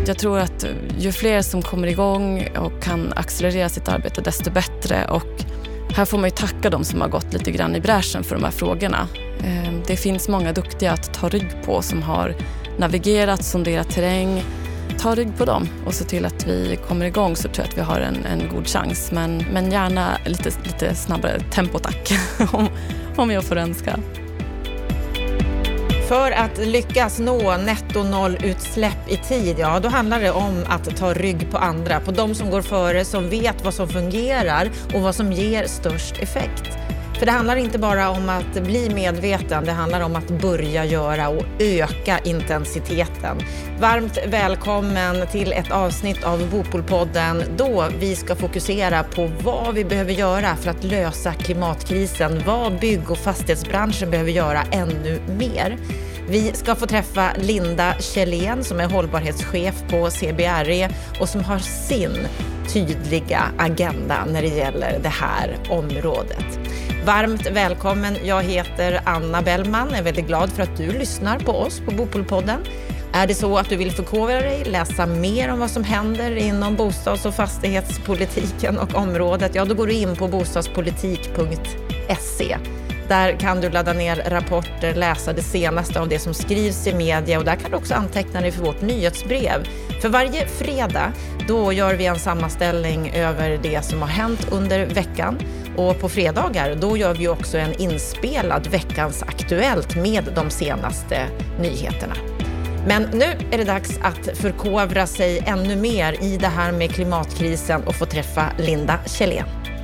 Jag tror att ju fler som kommer igång och kan accelerera sitt arbete desto bättre. Och här får man ju tacka de som har gått lite grann i bräschen för de här frågorna. Det finns många duktiga att ta rygg på som har navigerat, sonderat terräng. Ta rygg på dem och se till att vi kommer igång, så tror jag att vi har en god chans. Men gärna lite snabbare tempo, tack, om jag får önska. För att lyckas nå netto nollutsläpp i tid, ja, då handlar det om att ta rygg på andra, på de som går före, som vet vad som fungerar och vad som ger störst effekt. För det handlar inte bara om att bli medveten, det handlar om att börja göra och öka intensiteten. Varmt välkommen till ett avsnitt av Bopolpodden då vi ska fokusera på vad vi behöver göra för att lösa klimatkrisen, vad bygg- och fastighetsbranschen behöver göra ännu mer. Vi ska få träffa Linda Källén som är hållbarhetschef på CBRE och som har sin tydliga agenda när det gäller det här området. Varmt välkommen, jag heter Anna Bellman, är väldigt glad för att du lyssnar på oss på Bopolpodden. Är det så att du vill förkovra dig, läsa mer om vad som händer inom bostads- och fastighetspolitiken och området, ja då går du in på bostadspolitik.se. Där kan du ladda ner rapporter, läsa det senaste av det som skrivs i media och där kan du också anteckna dig för vårt nyhetsbrev. För varje fredag då gör vi en sammanställning över det som har hänt under veckan. Och på fredagar då gör vi också en inspelad veckans Aktuellt med de senaste nyheterna. Men nu är det dags att förkovra sig ännu mer i det här med klimatkrisen och få träffa Linda Källén.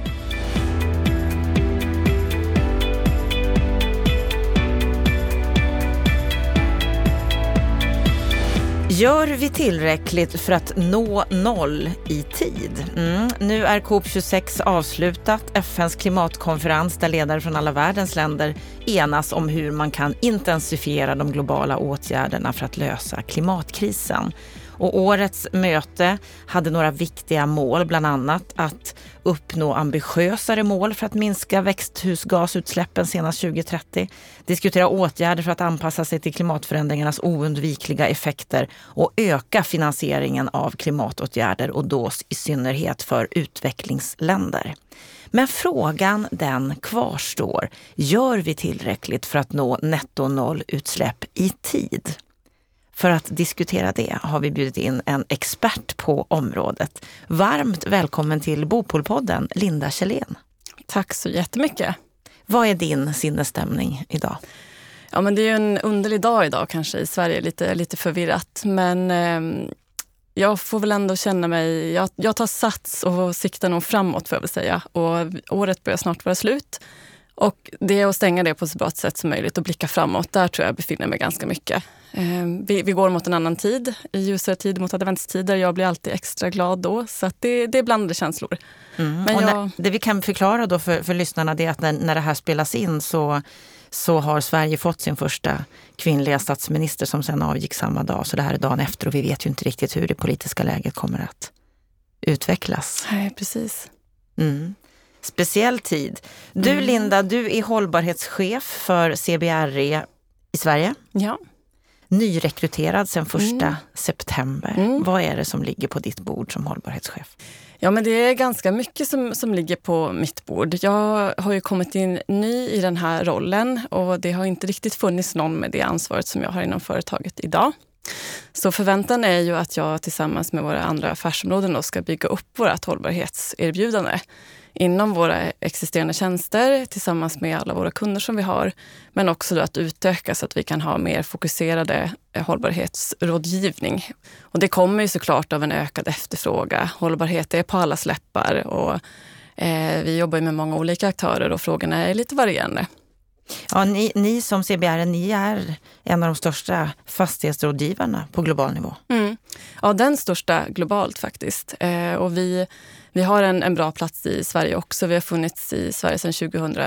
Gör vi tillräckligt för att nå noll i tid? Nu är COP26 avslutat, FNs klimatkonferens där ledare från alla världens länder enas om hur man kan intensifiera de globala åtgärderna för att lösa klimatkrisen. Och årets möte hade några viktiga mål, bland annat att uppnå ambitiösare mål för att minska växthusgasutsläppen senast 2030, diskutera åtgärder för att anpassa sig till klimatförändringarnas oundvikliga effekter och öka finansieringen av klimatåtgärder och då i synnerhet för utvecklingsländer. Men frågan den kvarstår, gör vi tillräckligt för att nå netto nollutsläpp i tid? För att diskutera det har vi bjudit in en expert på området. Varmt välkommen till Bopolpodden, Linda Källén. Tack så jättemycket. Vad är din sinnesstämning idag? Ja, men det är ju en underlig dag idag kanske i Sverige, lite förvirrat. Men jag får väl ändå känna mig, jag tar sats och siktar nog framåt får jag väl säga. Och året börjar snart vara slut. Och det är att stänga det på så bra ett sätt som möjligt och blicka framåt. Där tror jag befinner mig ganska mycket. Vi går mot en annan tid, i ljusare tid mot adventstider. Jag blir alltid extra glad då, så att det är blandade känslor. Men det vi kan förklara då för lyssnarna det är att när det här spelas in så har Sverige fått sin första kvinnliga statsminister som sen avgick samma dag. Så det här är dagen efter och vi vet ju inte riktigt hur det politiska läget kommer att utvecklas. Nej, precis. Speciell tid. Du Linda, du är hållbarhetschef för CBRE i Sverige. Ja. Nyrekryterad sedan 1 september. Vad är det som ligger på ditt bord som hållbarhetschef? Ja, men det är ganska mycket som ligger på mitt bord. Jag har ju kommit in ny i den här rollen och det har inte riktigt funnits någon med det ansvaret som jag har inom företaget idag. Så förväntan är ju att jag tillsammans med våra andra affärsområden då ska bygga upp vårt hållbarhetserbjudande inom våra existerande tjänster tillsammans med alla våra kunder som vi har, men också då att utöka så att vi kan ha mer fokuserade hållbarhetsrådgivning. Och det kommer ju såklart av en ökad efterfråga. Hållbarhet är på alla läppar och vi jobbar med många olika aktörer och frågorna är lite varierande. Ja, ni som CBR, ni är en av de största fastighetsrådgivarna på global nivå. Ja, den största globalt faktiskt. Och vi har en bra plats i Sverige också. Vi har funnits i Sverige sedan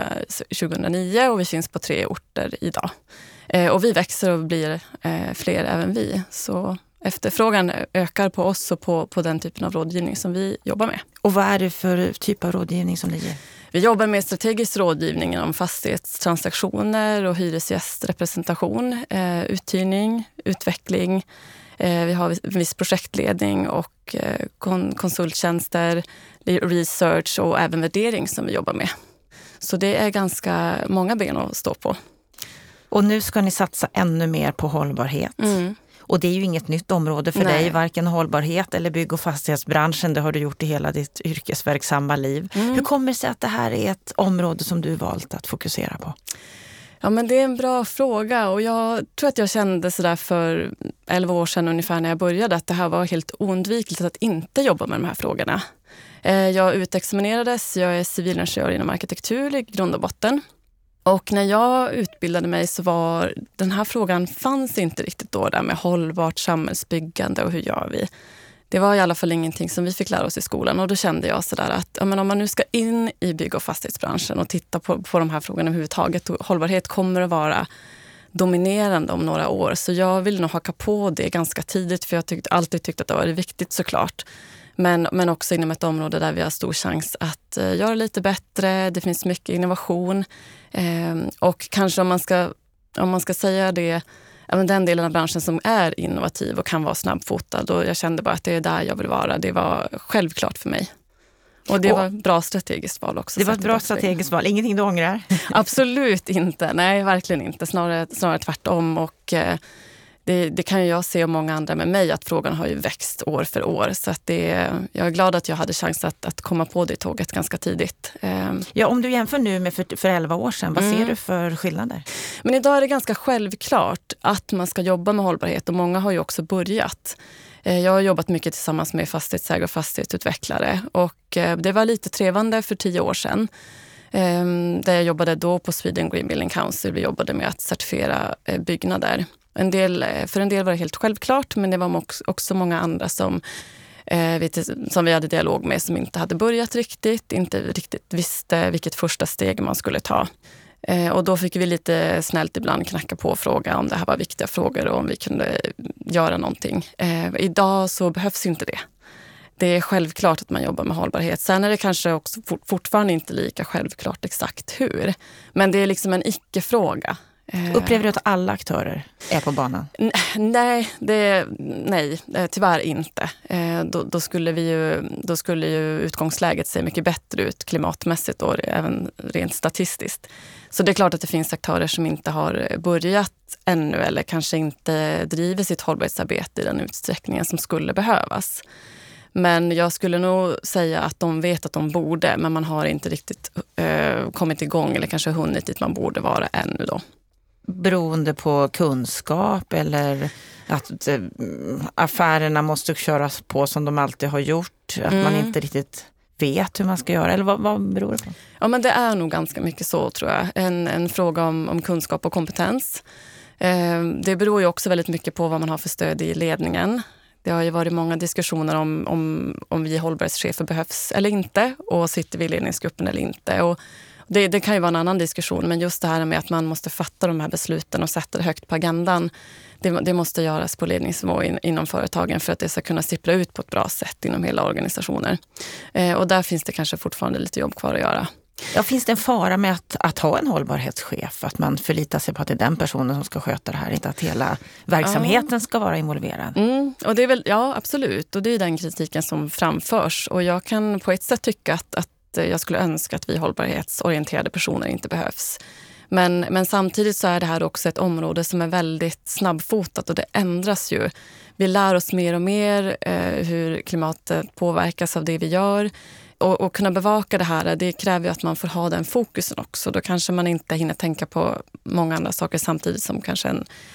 2009 och vi finns på 3 orter idag. Och vi växer och blir fler även vi. Så efterfrågan ökar på oss och på den typen av rådgivning som vi jobbar med. Och vad är det för typ av rådgivning som ni ger? Vi jobbar med strategisk rådgivning om fastighetstransaktioner och hyresgästrepresentation, uthyrning, utveckling, Vi har viss projektledning och konsulttjänster, research och även värdering som vi jobbar med. Så det är ganska många ben att stå på. Och nu ska ni satsa ännu mer på hållbarhet. Och det är ju inget nytt område för dig, varken hållbarhet eller bygg- och fastighetsbranschen. Det har du gjort i hela ditt yrkesverksamma liv. Hur kommer det sig att det här är ett område som du valt att fokusera på? Ja, men det är en bra fråga och jag tror att jag kände sådär för 11 år sedan ungefär när jag började att det här var helt oundvikligt att inte jobba med de här frågorna. Jag utexaminerades, jag är civilingenjör inom arkitektur i grund och botten. Och när jag utbildade mig så var den här frågan fanns inte riktigt då där med hållbart samhällsbyggande och hur gör vi. Det var i alla fall ingenting som vi fick lära oss i skolan och då kände jag sådär att ja, men om man nu ska in i bygg- och fastighetsbranschen och titta på de här frågorna överhuvudtaget, och hållbarhet kommer att vara dominerande om några år. Så jag vill nog haka på det ganska tidigt för jag alltid tyckt att det var viktigt såklart. Men också inom ett område där vi har stor chans att göra lite bättre. Det finns mycket innovation. Och kanske om man ska säga det, den delen av branschen som är innovativ och kan vara snabbfotad. Och jag kände bara att det är där jag vill vara. Det var självklart för mig. Och det var ett bra strategiskt val också. Det var ett bra strategiskt val. Ingenting du ångrar? Absolut inte. Nej, verkligen inte. Snarare tvärtom. Och det kan ju jag se och många andra med mig att frågan har ju växt år för år. Så att jag är glad att jag hade chans att komma på det tåget ganska tidigt. Ja, om du jämför nu med för 11 år sedan, vad ser du för skillnader? Men idag är det ganska självklart att man ska jobba med hållbarhet och många har ju också börjat. Jag har jobbat mycket tillsammans med fastighetsägare och fastighetsutvecklare och det var lite trevande för 10 år sedan. Där jag jobbade då på Sweden Green Building Council. Vi jobbade med att certifiera byggnader. För en del var det helt självklart, men det var också många andra som vi hade dialog med som inte hade börjat inte riktigt visste vilket första steg man skulle ta. Och då fick vi lite snällt ibland knacka på och fråga om det här var viktiga frågor och om vi kunde göra någonting. Idag så behövs inte det. Det är självklart att man jobbar med hållbarhet. Sen är det kanske också fortfarande inte lika självklart exakt hur. Men det är liksom en icke-fråga. Upplever du att alla aktörer är på banan? Nej, tyvärr inte. Då skulle ju utgångsläget se mycket bättre ut klimatmässigt och även rent statistiskt. Så det är klart att det finns aktörer som inte har börjat ännu eller kanske inte driver sitt hållbarhetsarbete i den utsträckningen som skulle behövas. Men jag skulle nog säga att de vet att de borde, men man har inte riktigt kommit igång eller kanske hunnit dit man borde vara ännu då. Beroende på kunskap eller att affärerna måste köras på som de alltid har gjort, att man inte riktigt vet hur man ska göra, eller vad beror det på? Ja, men det är nog ganska mycket så tror jag. En fråga om kunskap och kompetens. Det beror ju också väldigt mycket på vad man har för stöd i ledningen. Det har ju varit många diskussioner om vi hållbarhetschefer behövs eller inte och sitter vi i ledningsgruppen eller inte. Och det kan ju vara en annan diskussion, men just det här med att man måste fatta de här besluten och sätta det högt på agendan, det måste göras på ledningsnivå inom företagen för att det ska kunna sippra ut på ett bra sätt inom hela organisationer. Och där finns det kanske fortfarande lite jobb kvar att göra. Ja, finns det en fara med att ha en hållbarhetschef? Att man förlitar sig på att det är den personen som ska sköta det här, inte att hela verksamheten ska vara involverad? Och det är väl, ja, absolut. Och det är den kritiken som framförs. Och jag kan på ett sätt tycka att jag skulle önska att vi hållbarhetsorienterade personer inte behövs. Men samtidigt så är det här också ett område som är väldigt snabbfotat och det ändras ju. Vi lär oss mer och mer hur klimatet påverkas av det vi gör. Och kunna bevaka det här, det kräver ju att man får ha den fokusen också. Då kanske man inte hinner tänka på många andra saker samtidigt som kanske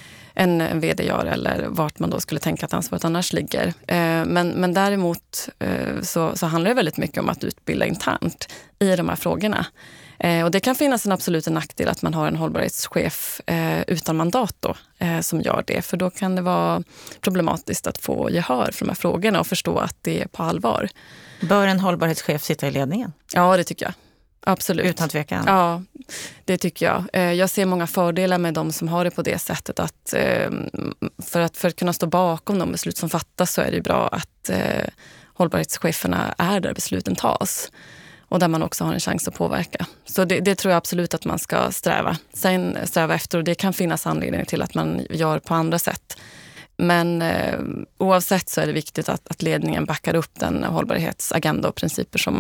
en vd gör eller vart man då skulle tänka att ansvaret annars ligger. Men däremot så handlar det väldigt mycket om att utbilda internt i de här frågorna. Och det kan finnas en absolut nackdel att man har en hållbarhetschef utan mandat då, som gör det. För då kan det vara problematiskt att få gehör för de här frågorna och förstå att det är på allvar. Bör en hållbarhetschef sitta i ledningen? Ja, det tycker jag. Absolut. Utan tvekan? Ja, det tycker jag. Jag ser många fördelar med de som har det på det sättet att för att kunna stå bakom de beslut som fattas så är det bra att hållbarhetscheferna är där besluten tas och där man också har en chans att påverka. Så det tror jag absolut att man ska sträva efter och det kan finnas anledning till att man gör på andra sätt. Men oavsett så är det viktigt att ledningen backar upp den hållbarhetsagenda och principer som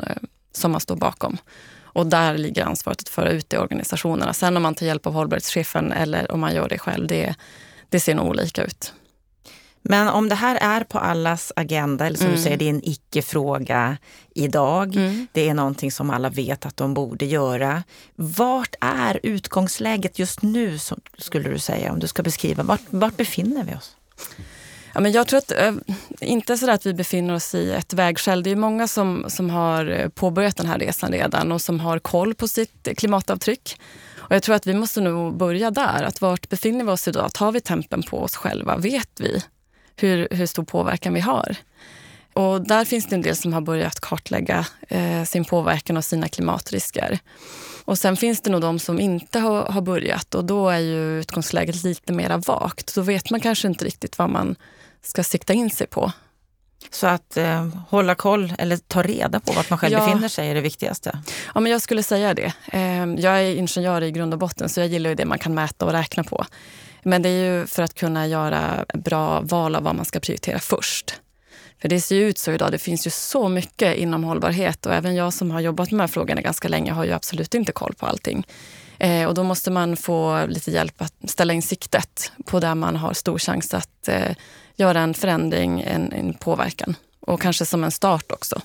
man står bakom. Och där ligger ansvaret att föra ut det i organisationerna. Sen om man tar hjälp av hållbarhetschefen eller om man gör det själv, det ser nog olika ut. Men om det här är på allas agenda, eller som du säger, det är en icke-fråga idag. Det är någonting som alla vet att de borde göra. Vart är utgångsläget just nu, som skulle du säga, om du ska beskriva? Vart befinner vi oss? Ja, men jag tror att inte så att vi befinner oss i ett vägskäl. Det är många som har påbörjat den här resan redan och som har koll på sitt klimatavtryck. Och jag tror att vi måste nog börja där. Att vart befinner vi oss idag? Tar vi tempen på oss själva? Vet vi hur stor påverkan vi har? Och där finns det en del som har börjat kartlägga sin påverkan och sina klimatrisker. Och sen finns det nog de som inte har börjat, och då är ju utgångsläget lite mer vagt. Då vet man kanske inte riktigt vad man ska sikta in sig på. Så att hålla koll eller ta reda på vart man själv befinner sig är det viktigaste? Ja, men jag skulle säga det. Jag är ingenjör i grund och botten, så jag gillar ju det man kan mäta och räkna på. Men det är ju för att kunna göra bra val av vad man ska prioritera först. För det ser ju ut så idag, det finns ju så mycket inom hållbarhet, och även jag som har jobbat med de här frågorna ganska länge har ju absolut inte koll på allting. Och då måste man få lite hjälp att ställa in siktet på där man har stor chans att göra en förändring, en påverkan. Och kanske som en start också.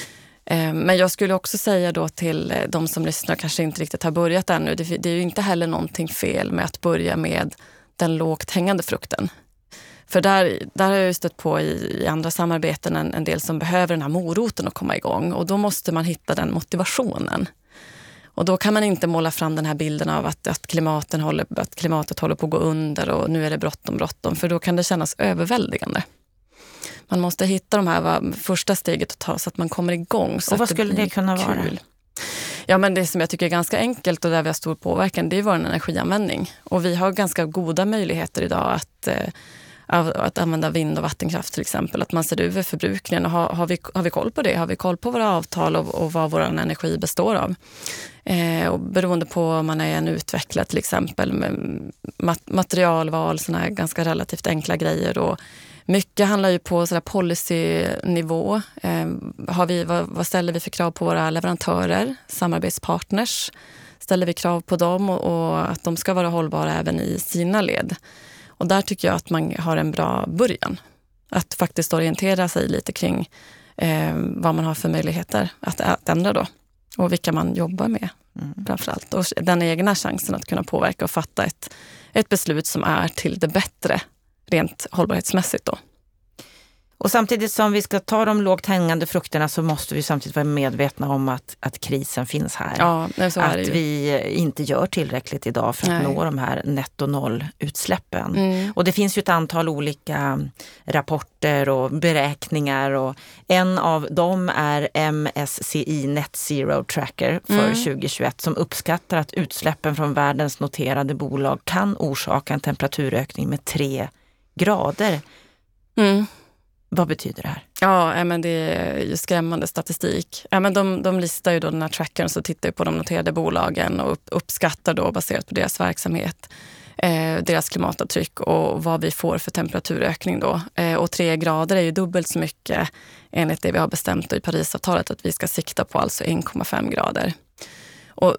Men jag skulle också säga då till de som lyssnar kanske inte riktigt har börjat ännu. Det är ju inte heller någonting fel med att börja med den lågt hängande frukten. För där har jag ju stött på i andra samarbeten en del som behöver den här moroten att komma igång. Och då måste man hitta den motivationen. Och då kan man inte måla fram den här bilden av att klimatet håller på att gå under och nu är det bråttom. För då kan det kännas överväldigande. Man måste hitta de här första steget att ta så att man kommer igång. Så och vad skulle det kunna vara? Ja, men det som jag tycker är ganska enkelt och där vi har stor påverkan, det är vår energianvändning. Och vi har ganska goda möjligheter idag att använda vind- och vattenkraft till exempel. Att man ser över förbrukningen. Och har vi koll på det? Har vi koll på våra avtal och vad vår energi består av? Och beroende på om man är en utvecklare till exempel med materialval, sådana här ganska relativt enkla grejer. Och mycket handlar ju på sådär policynivå. Vad ställer vi för krav på våra leverantörer, samarbetspartners? Ställer vi krav på dem och att de ska vara hållbara även i sina led? Och där tycker jag att man har en bra början. Att faktiskt orientera sig lite kring vad man har för möjligheter att ändra då. Och vilka man jobbar med framförallt. Och den egna chansen att kunna påverka och fatta ett beslut som är till det bättre rent hållbarhetsmässigt då. Och samtidigt som vi ska ta de lågt hängande frukterna så måste vi samtidigt vara medvetna om att krisen finns här. Ja, så är det ju. Att vi inte gör tillräckligt idag för att nå de här netto noll-utsläppen. Och det finns ju ett antal olika rapporter och beräkningar, och en av dem är MSCI Net Zero Tracker för 2021 som uppskattar att utsläppen från världens noterade bolag kan orsaka en temperaturökning med 3 grader. Vad betyder det här? Ja, men det är ju skrämmande statistik. Ja, men de listar ju då den här trackern, så tittar ju på de noterade bolagen och uppskattar då baserat på deras verksamhet, deras klimatavtryck och vad vi får för temperaturökning då. Och 3 grader är ju dubbelt så mycket enligt det vi har bestämt i Parisavtalet att vi ska sikta på, alltså 1,5 grader. Och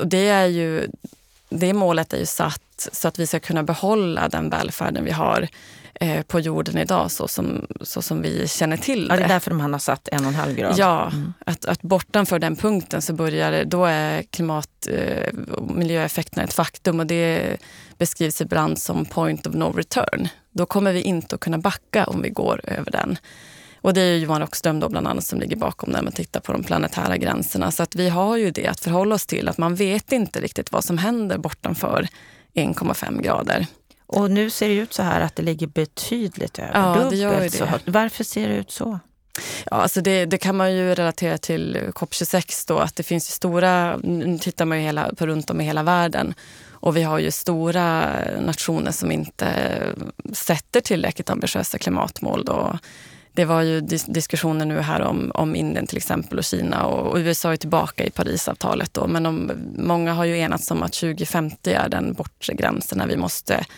det målet är ju satt så att vi ska kunna behålla den välfärden vi har på jorden idag så som vi känner till det. Ja, det är därför de har satt 1,5 grad. Ja, att bortanför den punkten så då är klimat- och miljöeffekterna ett faktum, och det beskrivs ibland som point of no return. Då kommer vi inte att kunna backa om vi går över den. Och det är ju Johan Rockström då bland annat som ligger bakom när man tittar på de planetära gränserna. Så att vi har ju det att förhålla oss till, att man vet inte riktigt vad som händer bortanför 1,5 grader. Och nu ser det ut så här att det ligger betydligt över. Ja, det gör det. Så högt. Varför ser det ut så? Ja, alltså det kan man ju relatera till COP26 då, att det finns ju stora, nu tittar man ju runt om i hela världen, och vi har ju stora nationer som inte sätter tillräckligt ambitiösa klimatmål då. Det var ju diskussioner nu här om Indien till exempel och Kina, och USA är tillbaka i Parisavtalet då, men många har ju enats om att 2050 är den bortre gränsen när vi måste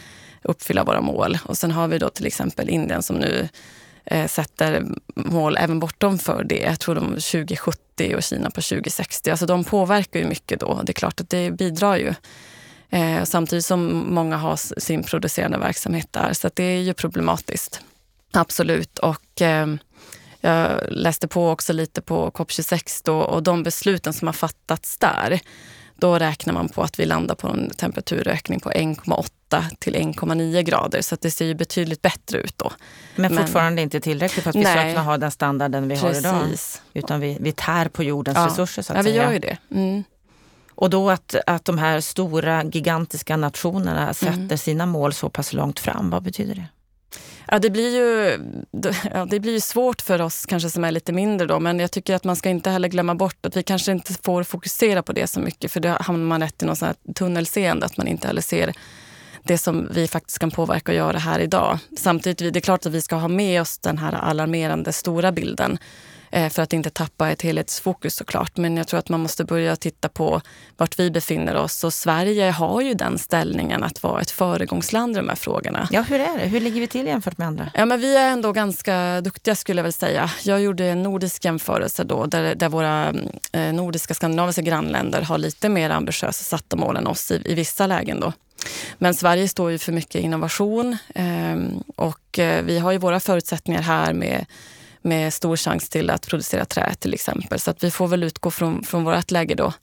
uppfylla våra mål. Och sen har vi då till exempel Indien som nu sätter mål även bortom för det. Jag tror de 2070 och Kina på 2060. Alltså de påverkar ju mycket då. Det är klart att det bidrar ju. Samtidigt som många har sin producerande verksamhet där. Så att det är ju problematiskt. Absolut. Och jag läste på också lite på COP26 då, och de besluten som har fattats där. Då räknar man på att vi landar på en temperaturökning på 1,8 till 1,9 grader. Så att det ser ju betydligt bättre ut då. Men fortfarande inte tillräckligt för att vi ska kunna ha den standarden vi har idag. Utan vi tär på jordens resurser så att säga. Ja, vi gör ju det. Mm. Och då att de här stora, gigantiska nationerna sätter sina mål så pass långt fram, vad betyder det? Ja, det blir ju svårt för oss kanske som är lite mindre då, men jag tycker att man ska inte heller glömma bort att vi kanske inte får fokusera på det så mycket, för då hamnar man rätt i någon sån här tunnelseende, att man inte heller ser det som vi faktiskt kan påverka och göra här idag. Samtidigt det är klart att vi ska ha med oss den här alarmerande stora bilden för att inte tappa ett helhetsfokus såklart. Men jag tror att man måste börja titta på vart vi befinner oss. Och Sverige har ju den ställningen att vara ett föregångsland i de här frågorna. Ja, hur är det? Hur ligger vi till jämfört med andra? Ja, men vi är ändå ganska duktiga skulle jag väl säga. Jag gjorde en nordisk jämförelse då där våra nordiska skandinaviska grannländer har lite mer ambitiösa satta mål än oss i vissa lägen då. Men Sverige står ju för mycket innovation och vi har ju våra förutsättningar här med stor chans till att producera trä till exempel. Så att vi får väl utgå från vårt läge då.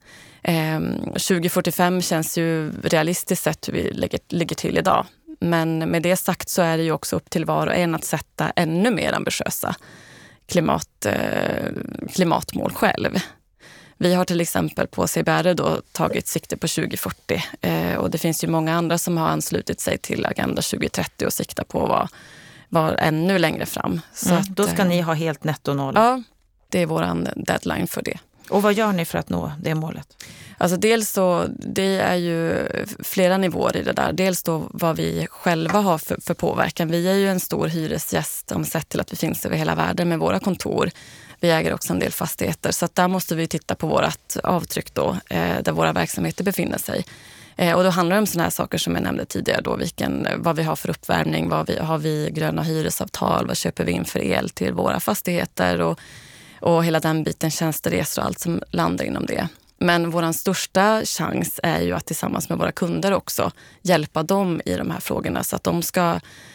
2045 känns ju realistiskt sett hur vi ligger till idag. Men med det sagt så är det ju också upp till var och en att sätta ännu mer ambitiösa klimatmål själv. Vi har till exempel på CBR då tagit sikte på 2040 och det finns ju många andra som har anslutit sig till Agenda 2030 och siktar på var ännu längre fram. Så att, då ska ni ha helt netto noll. Ja, det är våran deadline för det. Och vad gör ni för att nå det målet? Alltså dels så, det är ju flera nivåer i det där. Dels då vad vi själva har för påverkan. Vi är ju en stor hyresgäst om sett till att vi finns över hela världen med våra kontor. Vi äger också en del fastigheter så att där måste vi titta på vårt avtryck då, där våra verksamheter befinner sig. Och då handlar det om såna här saker som jag nämnde tidigare då, vad vi har för uppvärmning, har vi gröna hyresavtal, vad köper vi in för el till våra fastigheter och hela den biten, tjänsteresor och allt som landar inom det. Men vår största chans är ju att tillsammans med våra kunder också hjälpa dem i de här frågorna så att de ska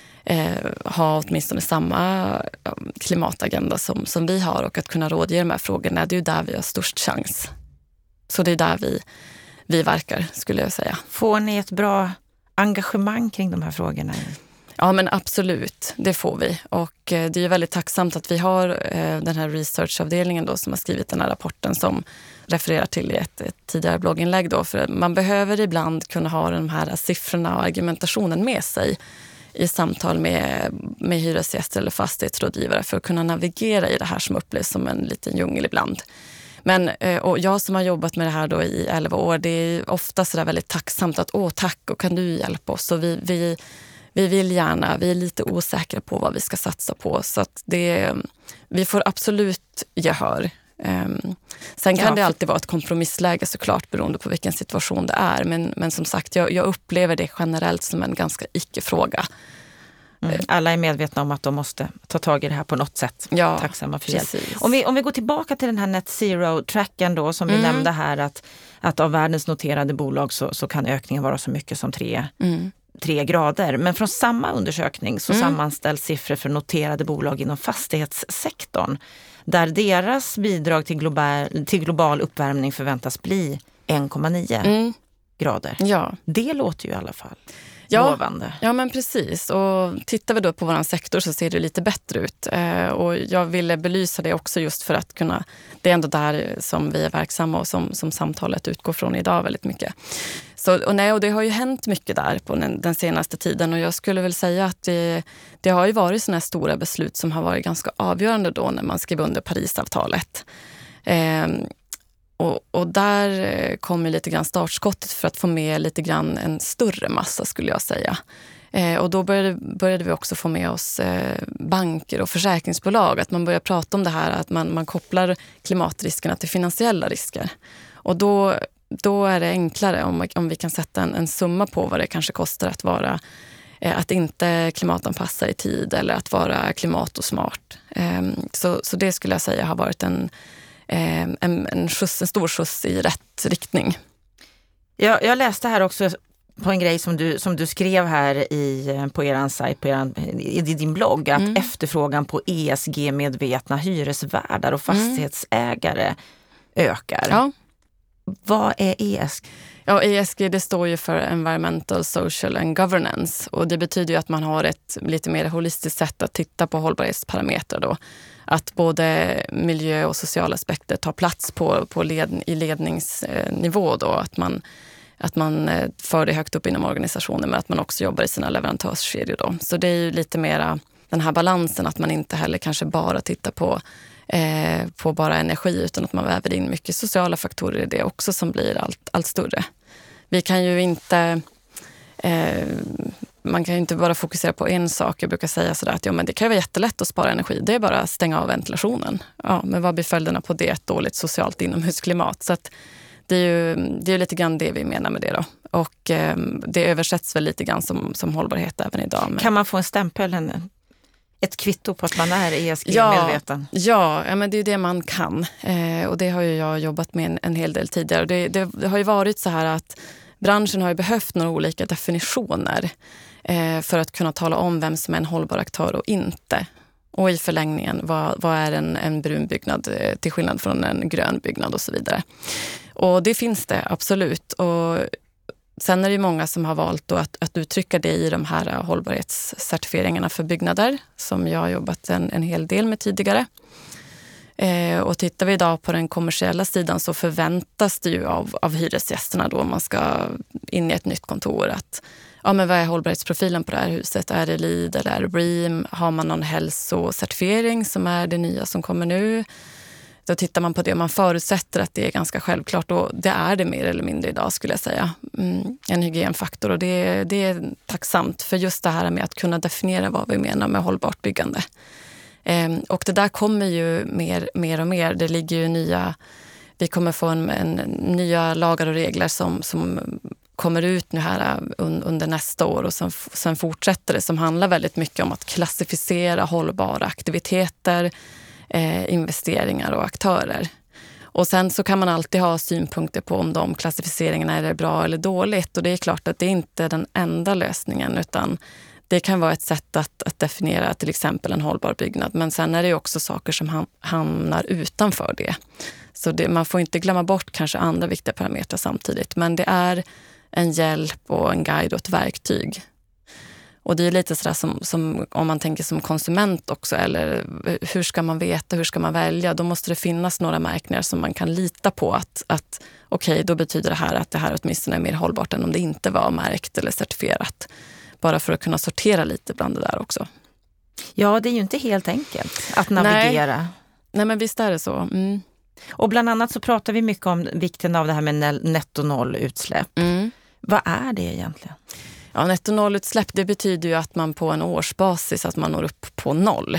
ha åtminstone samma klimatagenda som vi har och att kunna rådge de här frågorna, det är ju där vi har störst chans. Så det är där vi verkar, skulle jag säga. Får ni ett bra engagemang kring de här frågorna? Ja, men absolut, det får vi. Och det är ju väldigt tacksamt att vi har den här researchavdelningen då som har skrivit den här rapporten som refererar till i ett tidigare blogginlägg då. För man behöver ibland kunna ha de här siffrorna och argumentationen med sig i samtal med hyresgäster eller fastighetsrådgivare för att kunna navigera i det här som upplevs som en liten djungel ibland. Men och jag som har jobbat med det här då i 11 år, det är ofta så där väldigt tacksamt att tack och kan du hjälpa oss. Och vi vill gärna, vi är lite osäkra på vad vi ska satsa på. Så att vi får absolut gehör. Sen kan det alltid vara ett kompromissläge såklart beroende på vilken situation det är. Men som sagt, jag upplever det generellt som en ganska icke-fråga. Alla är medvetna om att de måste ta tag i det här på något sätt. Ja, tacksamma för hjälp. Om vi går tillbaka till den här Net Zero-tracken då som vi nämnde här att av världens noterade bolag så kan ökningen vara så mycket som 3 grader. Men från samma undersökning så sammanställs siffror för noterade bolag inom fastighetssektorn där deras bidrag till global uppvärmning förväntas bli 1,9 grader. Ja. Det låter ju i alla fall lovande. Ja, men precis. Och tittar vi då på vår sektor så ser det lite bättre ut. Och jag ville belysa det också just för att kunna... Det är ändå där som vi är verksamma och som samtalet utgår från idag väldigt mycket. Och det har ju hänt mycket där på den senaste tiden. Och jag skulle väl säga att det har ju varit såna här stora beslut som har varit ganska avgörande då när man skrev under Parisavtalet. Och där kom ju lite grann startskottet för att få med lite grann en större massa skulle jag säga. Och då började vi också få med oss banker och försäkringsbolag. Att man börjar prata om det här att man kopplar klimatriskerna till finansiella risker. Och då är det enklare om vi kan sätta en summa på vad det kanske kostar att vara att inte klimatanpassa i tid eller att vara klimatosmart. Så det skulle jag säga har varit en stor skjuts i rätt riktning. Jag läste här också på en grej som du skrev här på er sajt, i din blogg, att efterfrågan på ESG-medvetna hyresvärdar och fastighetsägare ökar. Ja. Vad är ESG? Ja, ESG det står ju för Environmental, Social and Governance, och det betyder ju att man har ett lite mer holistiskt sätt att titta på hållbarhetsparametrar då. Att både miljö och sociala aspekter tar plats i ledningsnivå då, att man för det högt upp inom organisationen, men att man också jobbar i sina leverantörskedjor då. Så det är ju lite mera den här balansen, att man inte heller kanske bara tittar på bara energi, utan att man väver in mycket sociala faktorer i det också, som blir allt större. Vi kan ju inte man kan ju inte bara fokusera på en sak. Jag brukar säga sådär att men det kan vara jättelätt att spara energi. Det är bara att stänga av ventilationen. Ja, men vad blir följderna på det? Ett dåligt socialt inomhusklimat. Så att det är ju lite grann det vi menar med det då. Och det översätts väl lite grann som hållbarhet även idag. Men... Kan man få en stämpel, ett kvitto på att man är ESG-medveten? Ja, men det är ju det man kan. Och det har ju jag jobbat med en hel del tidigare. Och det har ju varit så här att branschen har ju behövt några olika definitioner för att kunna tala om vem som är en hållbar aktör och inte. Och i förlängningen, vad är en brun byggnad till skillnad från en grön byggnad och så vidare. Och det finns det absolut. Och sen är det ju många som har valt att uttrycka det i de här hållbarhetscertifieringarna för byggnader, som jag har jobbat en hel del med tidigare. Och tittar vi idag på den kommersiella sidan, så förväntas det ju av hyresgästerna då, om man ska in i ett nytt kontor, att men vad är hållbarhetsprofilen på det här huset? Är det LEED eller är det BREEAM? Har man någon hälsocertifiering som är det nya som kommer nu? Då tittar man på det och man förutsätter att det är ganska självklart, och det är det mer eller mindre idag, skulle jag säga. En hygienfaktor, och det är tacksamt för just det här med att kunna definiera vad vi menar med hållbart byggande. Och det där kommer ju mer och mer. Det ligger ju vi kommer få nya lagar och regler som kommer ut nu här under nästa år, och sen fortsätter det, som handlar väldigt mycket om att klassificera hållbara aktiviteter, investeringar och aktörer. Och sen så kan man alltid ha synpunkter på om de klassificeringarna är bra eller dåligt, och det är klart att det är inte den enda lösningen, utan det kan vara ett sätt att definiera till exempel en hållbar byggnad, men sen är det ju också saker som hamnar utanför det. Så man får inte glömma bort kanske andra viktiga parametrar samtidigt, men det är en hjälp och en guide och ett verktyg. Och det är lite sådär som om man tänker som konsument också, eller hur ska man veta, hur ska man välja? Då måste det finnas några märkningar som man kan lita på att okej, då betyder det här att det här åtminstone är mer hållbart än om det inte var märkt eller certifierat. Bara för att kunna sortera lite bland det där också. Ja, det är ju inte helt enkelt att navigera. Nej, men visst är det så. Mm. Och bland annat så pratar vi mycket om vikten av det här med netto-noll-utsläpp. Vad är det egentligen? Ja, netto-noll-utsläpp, det betyder ju att man på en årsbasis att man når upp på 0.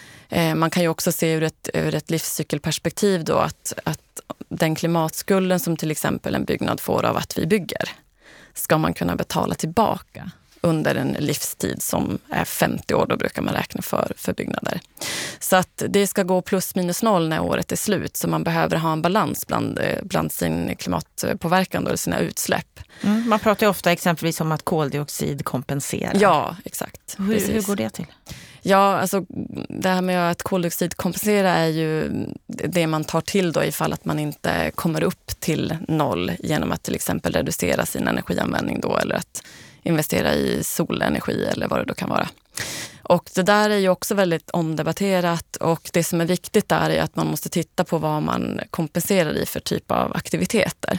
Man kan ju också se ur ett livscykelperspektiv då att den klimatskulden som till exempel en byggnad får av att vi bygger, ska man kunna betala tillbaka under en livstid som är 50 år, då brukar man räkna för byggnader. Så att det ska gå plus minus 0 när året är slut, så man behöver ha en balans bland sin klimatpåverkan och sina utsläpp. Man pratar ju ofta exempelvis om att koldioxid kompenserar. Ja, exakt. Hur går det till? Ja, alltså det här med att koldioxid kompensera är ju det man tar till då ifall att man inte kommer upp till 0 genom att till exempel reducera sin energianvändning då, eller att investera i solenergi eller vad det då kan vara. Och det där är ju också väldigt omdebatterat, och det som är viktigt där är att man måste titta på vad man kompenserar i för typ av aktiviteter.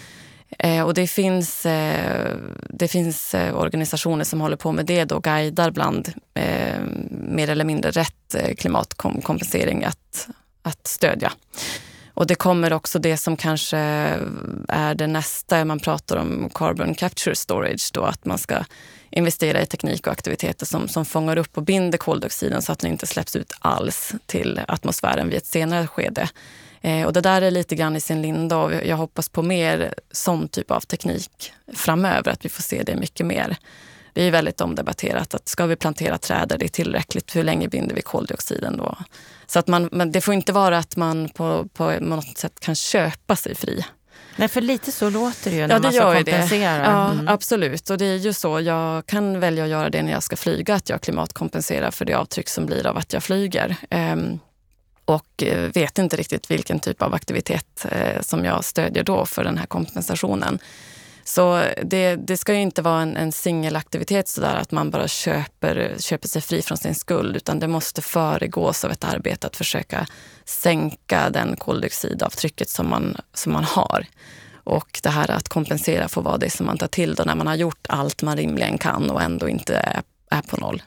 Och det finns organisationer som håller på med det då, guidar bland mer eller mindre rätt klimatkompensering att stödja. Och det kommer också det som kanske är det nästa, man pratar om carbon capture storage då, att man ska investera i teknik och aktiviteter som fångar upp och binder koldioxiden så att den inte släpps ut alls till atmosfären vid ett senare skede. Och det där är lite grann i sin linda, och jag hoppas på mer sån typ av teknik framöver, att vi får se det mycket mer. Det är väldigt omdebatterat att ska vi plantera träd, är det tillräckligt? Hur länge binder vi koldioxiden då? Så att men det får inte vara att man på något sätt kan köpa sig fri. Nej, för lite så låter det ju när man ska kompensera. Ja, absolut. Och det är ju så, jag kan välja att göra det när jag ska flyga, att jag klimatkompenserar för det avtryck som blir av att jag flyger. Och vet inte riktigt vilken typ av aktivitet som jag stödjer då för den här kompensationen. Så det ska ju inte vara en singelaktivitet sådär att man bara köper sig fri från sin skuld, utan det måste föregås av ett arbete att försöka sänka den koldioxidavtrycket som man har. Och det här att kompensera får vara det som man tar till då när man har gjort allt man rimligen kan och ändå inte är på noll.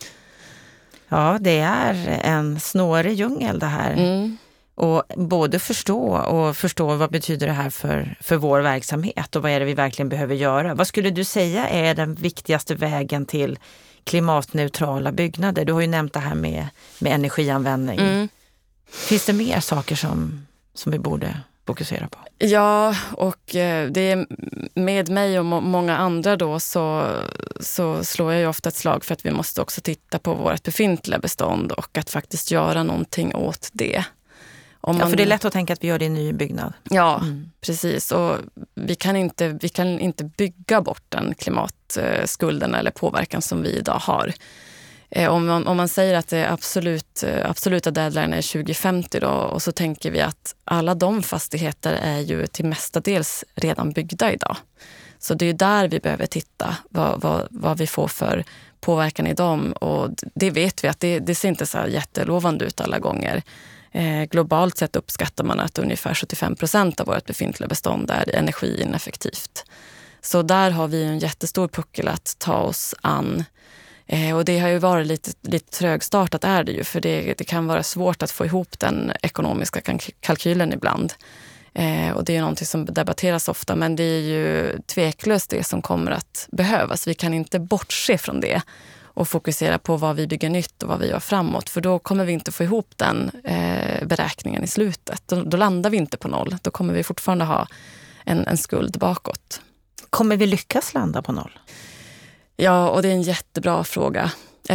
Ja, det är en snårig djungel det här. Och både förstå vad betyder det här för vår verksamhet och vad är det vi verkligen behöver göra. Vad skulle du säga är den viktigaste vägen till klimatneutrala byggnader? Du har ju nämnt det här med energianvändning. Finns det mer saker som vi borde fokusera på? Ja, och det är med mig och många andra då så slår jag ju ofta ett slag för att vi måste också titta på vårt befintliga bestånd och att faktiskt göra någonting åt det. För det är lätt att tänka att vi gör det i en ny byggnad. Ja, precis. Och vi kan inte bygga bort den klimatskulden eller påverkan som vi idag har. Om man säger att det absoluta deadline är 2050 då, och så tänker vi att alla de fastigheter är ju till mestadels redan byggda idag. Så det är ju där vi behöver titta vad vi får för påverkan i dem, och det vet vi att det ser inte så jättelovande ut alla gånger. Globalt sett uppskattar man att ungefär 75% av vårt befintliga bestånd är energiineffektivt. Så där har vi en jättestor puckel att ta oss an. Och det har ju varit lite trögstartat är det ju, för det kan vara svårt att få ihop den ekonomiska kalkylen ibland. Och det är ju någonting som debatteras ofta, men det är ju tveklöst det som kommer att behövas. Vi kan inte bortse från det och fokusera på vad vi bygger nytt och vad vi gör framåt, för då kommer vi inte få ihop den beräkningen i slutet. Då landar vi inte på noll. Då kommer vi fortfarande ha en skuld bakåt. Kommer vi lyckas landa på noll? Ja, och det är en jättebra fråga.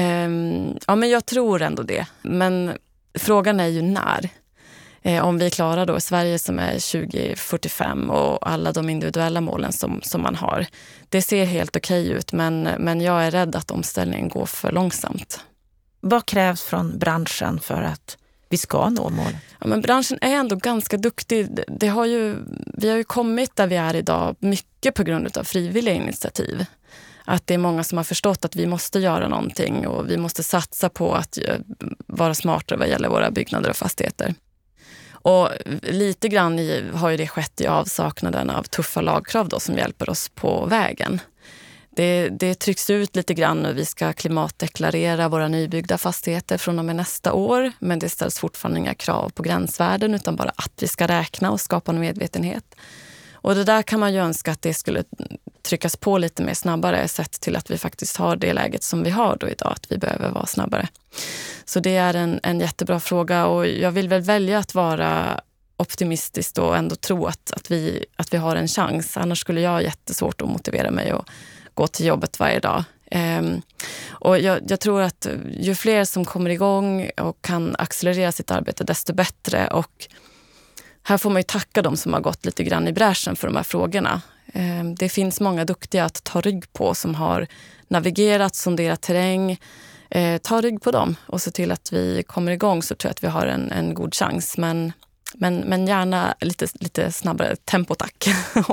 Ja, men jag tror ändå det. Men frågan är ju när. Om vi klarar då Sverige som är 2045 och alla de individuella målen som man har. Det ser helt okej ut, men jag är rädd att omställningen går för långsamt. Vad krävs från branschen för att vi ska nå målet? Ja, men branschen är ändå ganska duktig. Vi har ju kommit där vi är idag mycket på grund av frivilliga initiativ. Att det är många som har förstått att vi måste göra någonting och vi måste satsa på att vara smartare vad gäller våra byggnader och fastigheter. Och lite grann har ju det skett i avsaknaden av tuffa lagkrav då, som hjälper oss på vägen. Det trycks ut lite grann och vi ska klimatdeklarera våra nybyggda fastigheter från och med nästa år. Men det ställs fortfarande inga krav på gränsvärden, utan bara att vi ska räkna och skapa en medvetenhet. Och det där kan man ju önska att det skulle tryckas på lite mer snabbare, sett till att vi faktiskt har det läget som vi har då idag, att vi behöver vara snabbare. Så det är en jättebra fråga, och jag vill väl välja att vara optimistisk och ändå tro att vi har en chans. Annars skulle jag ha jättesvårt att motivera mig och gå till jobbet varje dag. Och jag tror att ju fler som kommer igång och kan accelerera sitt arbete, desto bättre. Och här får man ju tacka dem som har gått lite grann i bräschen för de här frågorna. Det finns många duktiga att ta rygg på som har navigerat, sonderat terräng. Ta rygg på dem och se till att vi kommer igång, så tror jag att vi har en god chans. Men gärna lite snabbare tempo, tack,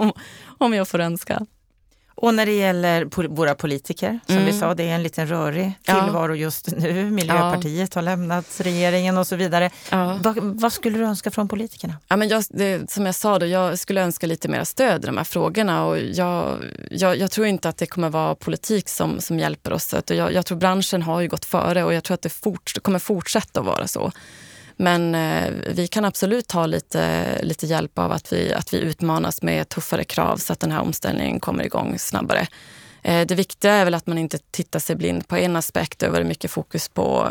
om jag får önska. Och när det gäller våra politiker, som vi sa, det är en liten rörig tillvaro just nu. Miljöpartiet har lämnat regeringen och så vidare. Ja. Vad skulle du önska från politikerna? Ja, men som jag sa då, jag skulle önska lite mer stöd i de här frågorna. Och jag tror inte att det kommer vara politik som hjälper oss. Jag tror branschen har ju gått före, och jag tror att det kommer fortsätta att vara så. Men vi kan absolut ta lite hjälp av att vi utmanas med tuffare krav, så att den här omställningen kommer igång snabbare. Det viktiga är väl att man inte tittar sig blind på en aspekt över mycket fokus på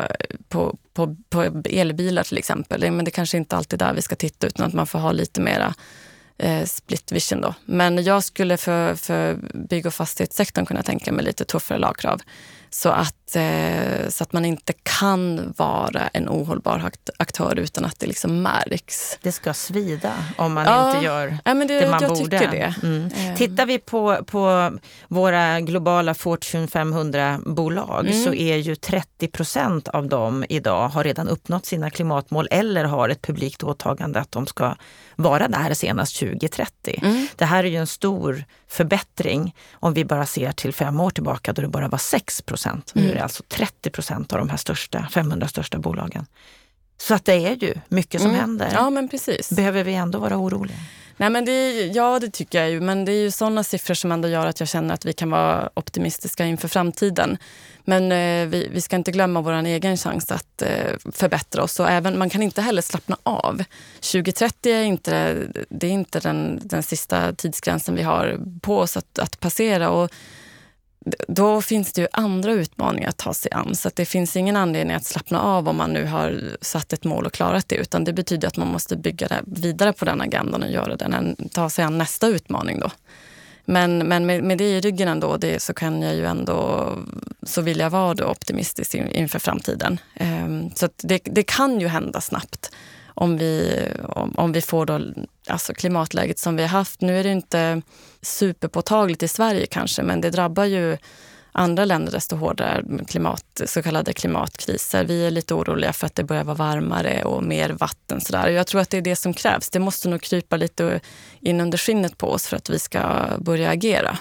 elbilar till exempel. Men det kanske inte alltid där vi ska titta, utan att man får ha lite mera split vision då. Men jag skulle för bygg- och fastighetssektorn kunna tänka mig lite tuffare lagkrav. Så att man inte kan vara en ohållbar aktör utan att det liksom märks. Det ska svida om man inte gör det man jag borde. Tycker det. Tittar vi på våra globala Fortune 500-bolag så är ju 30% av dem idag har redan uppnått sina klimatmål eller har ett publikt åtagande att de ska vara där senast 2030. Det här är ju en stor förbättring om vi bara ser till 5 år tillbaka då det bara var 6%. Nu är det alltså 30% av de här 500 största bolagen. Så att det är ju mycket som händer. Ja, men precis. Behöver vi ändå vara oroliga? Nej, men det tycker jag ju. Men det är ju sådana siffror som ändå gör att jag känner att vi kan vara optimistiska inför framtiden. Men vi ska inte glömma vår egen chans att förbättra oss. Och även, man kan inte heller slappna av. 2030 är inte den sista tidsgränsen vi har på oss att passera. Och då finns det ju andra utmaningar att ta sig an. Så att det finns ingen anledning att slappna av om man nu har satt ett mål och klarat det. Utan det betyder att man måste bygga det vidare på den agendan och ta sig an nästa utmaning då. Men med det i ryggen ändå, så kan jag ju ändå, så vill jag vara då optimistisk inför framtiden. Så att det kan ju hända snabbt om vi får då, alltså klimatläget som vi har haft. Nu är det inte superpåtagligt i Sverige kanske, men det drabbar ju andra länder desto hårdare, så kallade klimatkriser. Vi är lite oroliga för att det börjar vara varmare och mer vatten. Sådär. Jag tror att det är det som krävs. Det måste nog krypa lite in under skinnet på oss för att vi ska börja agera.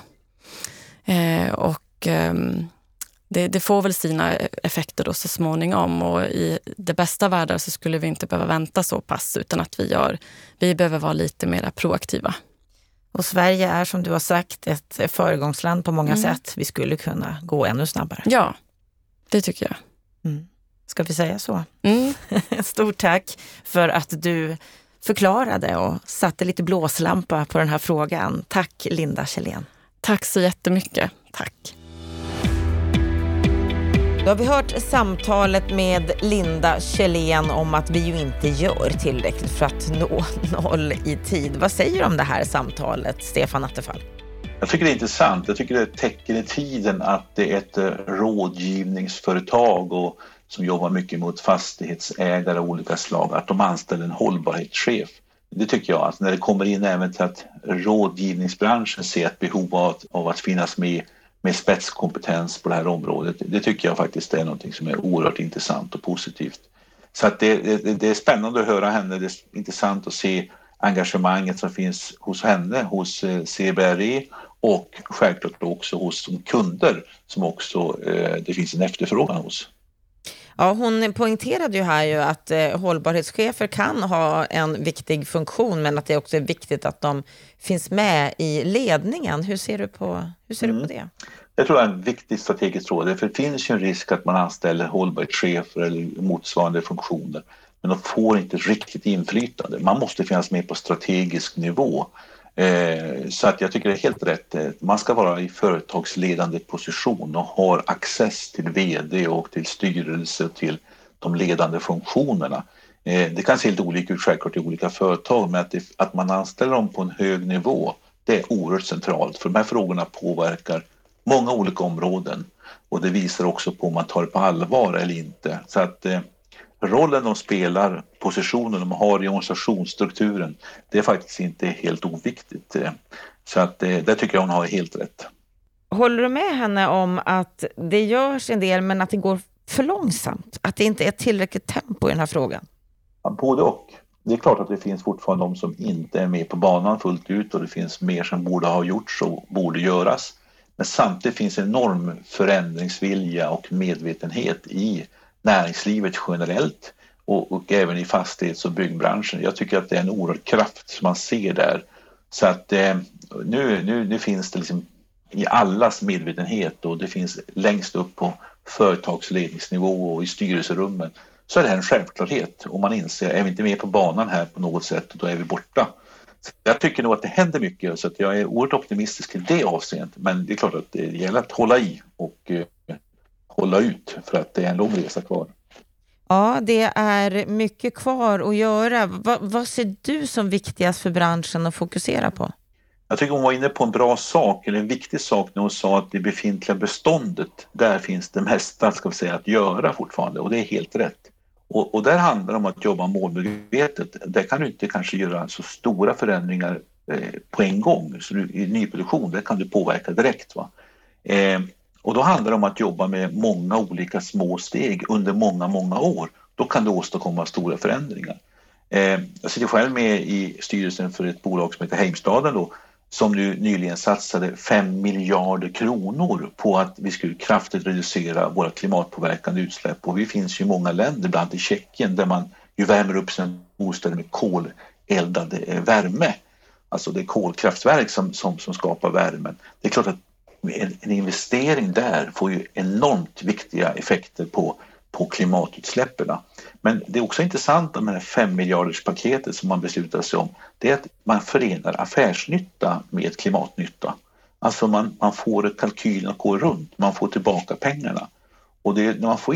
Det får väl sina effekter då så småningom, och i det bästa världen så skulle vi inte behöva vänta så pass, utan att vi behöver vara lite mer proaktiva. Och Sverige är, som du har sagt, ett föregångsland på många sätt. Vi skulle kunna gå ännu snabbare. Ja, det tycker jag. Ska vi säga så? Stort tack för att du förklarade och satte lite blåslampa på den här frågan. Tack, Linda Källén. Tack så jättemycket. Tack. Då har vi hört samtalet med Linda Källén om att vi ju inte gör tillräckligt för att nå noll i tid. Vad säger du om det här samtalet, Stefan Attefall? Jag tycker det är intressant. Jag tycker det är ett tecken i tiden att det är ett rådgivningsföretag som jobbar mycket mot fastighetsägare av olika slag, att de anställer en hållbarhetschef. Det tycker jag, att när det kommer in även till att rådgivningsbranschen ser ett behov av att finnas med spetskompetens på det här området. Det tycker jag faktiskt är något som är oerhört intressant och positivt. Så att det är spännande att höra henne. Det är intressant att se engagemanget som finns hos henne, hos CBRE och självklart också hos de kunder som också det finns en efterfrågan hos. Ja, hon poängterade ju här ju att hållbarhetschefer kan ha en viktig funktion, men att det också är viktigt att de finns med i ledningen. Hur ser du på det? Jag tror det är en viktig strategisk fråga, för det finns ju en risk att man anställer hållbarhetschefer eller motsvarande funktioner, men de får inte riktigt inflytande. Man måste finnas med på strategisk nivå. Så att jag tycker det är helt rätt. Man ska vara i företagsledande position och har access till vd och till styrelse och till de ledande funktionerna. Det kan se lite olika ut självklart i olika företag, men att man anställer dem på en hög nivå, det är oerhört centralt. För de här frågorna påverkar många olika områden, och det visar också på om man tar det på allvar eller inte. Så att rollen de spelar, positionen de har i organisationsstrukturen, det är faktiskt inte helt oviktigt. Så att det tycker jag hon har helt rätt. Håller du med henne om att det görs en del, men att det går för långsamt? Att det inte är tillräckligt tempo i den här frågan? Ja, både och. Det är klart att det finns fortfarande de som inte är med på banan fullt ut, och det finns mer som borde ha gjorts och borde göras. Men samtidigt finns en enorm förändringsvilja och medvetenhet i näringslivet generellt och även i fastighets- och byggbranschen. Jag tycker att det är en oerhörd kraft som man ser där. Så att nu finns det liksom i allas medvetenhet, och det finns längst upp på företagsledningsnivå och i styrelserummen, så är det här en självklarhet. Och man inser, är vi inte med på banan här på något sätt, då är vi borta. Så jag tycker nog att det händer mycket, så att jag är oerhört optimistisk i det avseendet. Men det är klart att det gäller att hålla i och hålla ut, för att det är en lång resa kvar. Ja, det är mycket kvar att göra. Vad ser du som viktigast för branschen att fokusera på? Jag tycker hon var inne på en bra sak, eller en viktig sak, när hon sa att det befintliga beståndet, där finns det mesta, ska vi säga, att göra fortfarande, och det är helt rätt. Och där handlar det om att jobba målmedvetet. Där kan du inte kanske göra så stora förändringar på en gång. Så i nyproduktion, där kan du påverka direkt. Va? Och då handlar det om att jobba med många olika små steg under många år. Då kan du åstadkomma stora förändringar. Jag sitter själv med i styrelsen för ett bolag som heter Heimstaden då, som nu nyligen satsade 5 miljarder kronor på att vi skulle kraftigt reducera våra klimatpåverkande utsläpp. Och vi finns ju i många länder, bland annat i Tjeckien, där man ju värmer upp sina bostäder med koleldad värme. Alltså det är kolkraftverk som skapar värmen. Det är klart att en investering där får ju enormt viktiga effekter på klimatutsläppen. Men det är också intressant med det här 5 miljarders paketet som man beslutar sig om. Det är att man förenar affärsnytta med klimatnytta. Alltså man får kalkylen att gå runt, man får tillbaka pengarna. Och det är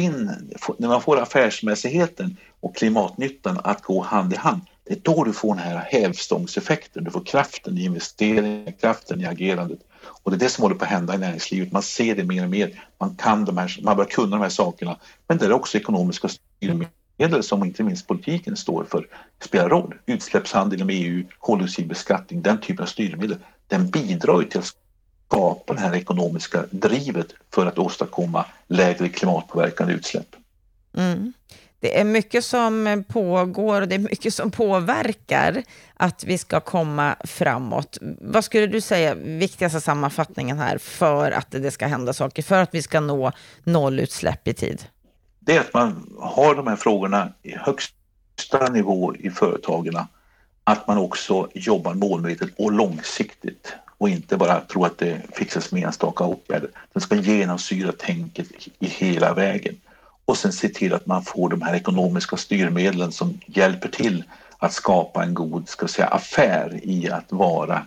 när man får affärsmässigheten och klimatnyttan att gå hand i hand, det är då du får den här hävstångseffekten. Du får kraften i investeringen, kraften i agerandet. Och det är det som håller på att hända i näringslivet. Man ser det mer och mer. Man börjar kunna de här sakerna. Men det är också ekonomiska styrmedel som inte minst politiken står för spelar roll. Utsläppshandel inom EU, koldioxidbeskattning, den typen av styrmedel. Den bidrar ju till att skapa det här ekonomiska drivet för att åstadkomma lägre klimatpåverkande utsläpp. Mm. Det är mycket som pågår och det är mycket som påverkar att vi ska komma framåt. Vad skulle du säga viktigaste sammanfattningen här för att det ska hända saker, för att vi ska nå nollutsläpp i tid? Det är att man har de här frågorna i högsta nivå i företagen. Att man också jobbar målmedvetet och långsiktigt och inte bara tror att det fixas med enstaka åtgärder. Den ska genomsyra tänket i hela vägen. Och sen se till att man får de här ekonomiska styrmedlen som hjälper till att skapa en god, ska säga, affär i att vara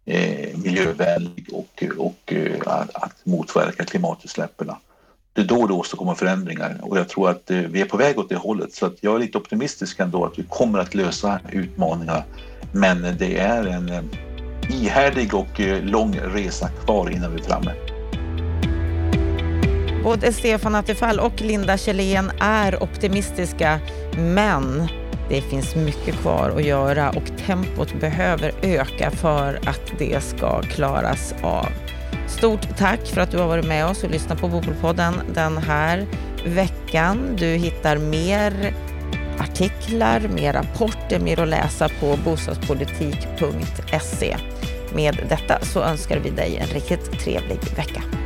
miljövänlig och att motverka klimatutsläppen. Det är då det åstadkommer förändringar, och jag tror att vi är på väg åt det hållet, så att jag är lite optimistisk ändå att vi kommer att lösa utmaningarna, men det är en ihärdig och lång resa kvar innan vi är framme. Både Stefan Attefall och Linda Kjellén är optimistiska, men det finns mycket kvar att göra och tempot behöver öka för att det ska klaras av. Stort tack för att du har varit med oss och lyssnat på Bopolpodden den här veckan. Du hittar mer artiklar, mer rapporter, mer att läsa på bostadspolitik.se. Med detta så önskar vi dig en riktigt trevlig vecka.